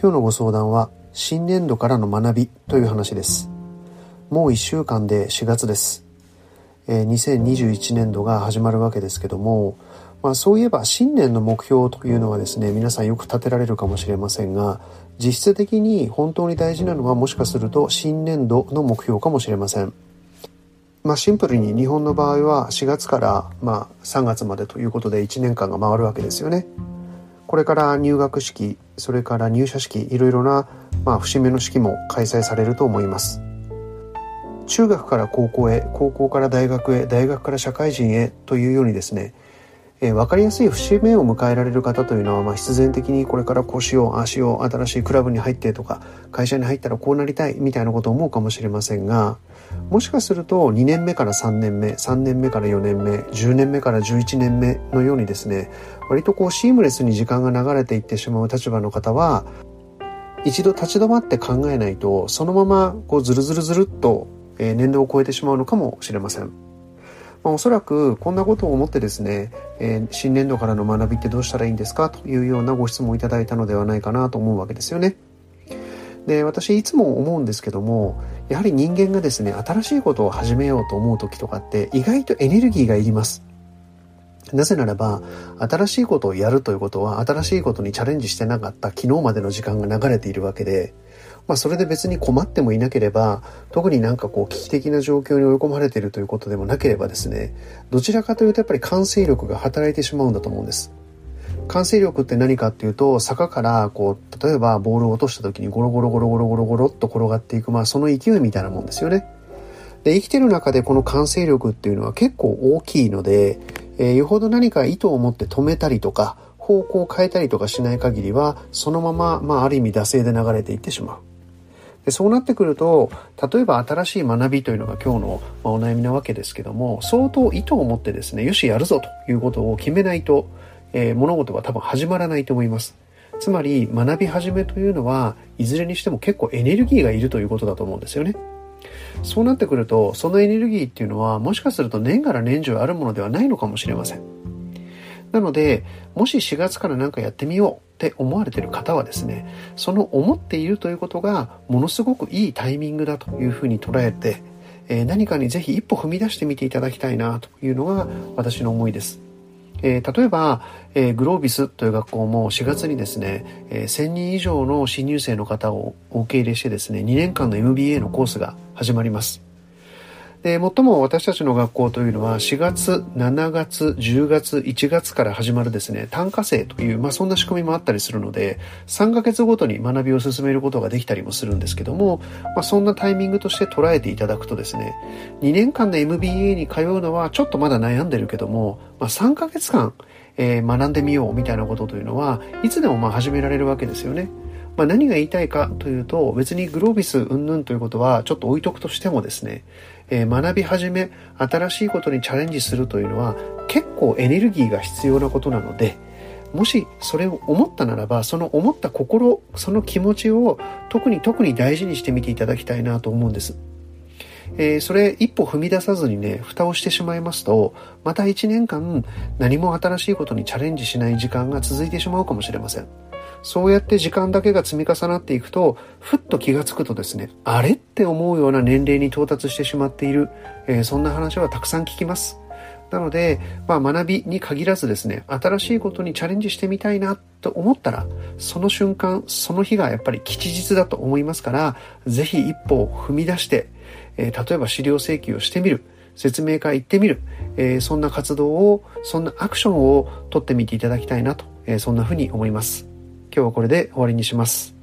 今日のご相談は新年度からの学びという話です。もう1週間で4月です。2021年度が始まるわけですけども、そういえば新年の目標というのはですね、皆さんよく立てられるかもしれませんが、実質的に本当に大事なのはもしかすると新年度の目標かもしれません。シンプルに日本の場合は4月から3月までということで1年間が回るわけですよね。これから入学式、それから入社式、いろいろな節目の式も開催されると思います。中学から高校へ、高校から大学へ、大学から社会人へというようにですね、分かりやすい節目を迎えられる方というのは、必然的にこれからこうしよう、ああしよう、新しいクラブに入ってとか、会社に入ったらこうなりたいみたいなことを思うかもしれませんが、もしかすると2年目から3年目、3年目から4年目、10年目から11年目のようにですね、割とシームレスに時間が流れていってしまう立場の方は、一度立ち止まって考えないと、そのままずるずるずるっと年度を超えてしまうのかもしれません。おそらくこんなことを思ってですね、新年度からの学びってどうしたらいいんですかというようなご質問をいただいたのではないかなと思うわけですよね。で、私いつも思うんですけども、やはり人間がですね、新しいことを始めようと思う時とかって意外とエネルギーがいります。なぜならば、新しいことをやるということは、新しいことにチャレンジしてなかった昨日までの時間が流れているわけで、それで別に困ってもいなければ、特に危機的な状況に追い込まれているということでもなければですね、どちらかというとやっぱり完成力が働いてしまうんだと思うんです。完成力って何かっていうと、坂から例えばボールを落とした時にゴロゴロゴロゴロゴロゴロっと転がっていく、その勢いみたいなもんですよね。で、生きてる中でこの完成力っていうのは結構大きいので、よほど何か意図を持って止めたりとか、方向を変えたりとかしない限りは、そのまま、ある意味惰性で流れていってしまう。で、そうなってくると、例えば新しい学びというのが今日のお悩みなわけですけども、相当意図を持ってですね、よしやるぞということを決めないと、物事は多分始まらないと思います。つまり学び始めというのはいずれにしても結構エネルギーがいるということだと思うんですよね。そうなってくると、そのエネルギーっていうのはもしかすると年がら年中あるものではないのかもしれません。なので、もし4月から何かやってみようって思われている方はですね、その思っているということがものすごくいいタイミングだというふうに捉えて、何かにぜひ一歩踏み出してみていただきたいなというのが私の思いです。例えば、グロービスという学校も4月にですね、1000人以上の新入生の方をお受け入れしてですね、2年間の MBA のコースが始まります。で、最も私たちの学校というのは4月、7月、10月、1月から始まるですね、単科生という、そんな仕組みもあったりするので、3ヶ月ごとに学びを進めることができたりもするんですけども、そんなタイミングとして捉えていただくとですね、2年間で MBA に通うのはちょっとまだ悩んでるけども、3ヶ月間、学んでみようみたいなことというのはいつでも始められるわけですよね。何が言いたいかというと、別にグロービス云々ということはちょっと置いとくとしてもですね、学び始め、新しいことにチャレンジするというのは結構エネルギーが必要なことなので、もしそれを思ったならば、その思った心、その気持ちを特に大事にしてみていただきたいなと思うんです。それ一歩踏み出さずにね、蓋をしてしまいますと、また1年間何も新しいことにチャレンジしない時間が続いてしまうかもしれません。そうやって時間だけが積み重なっていくと、ふっと気がつくとですね、あれって思うような年齢に到達してしまっている、そんな話はたくさん聞きます。なので、学びに限らずですね、新しいことにチャレンジしてみたいなと思ったら、その瞬間、その日がやっぱり吉日だと思いますから、ぜひ一歩を踏み出して、例えば資料請求をしてみる、説明会行ってみる、そんな活動を、そんなアクションを取ってみていただきたいなと、そんなふうに思います。今日はこれで終わりにします。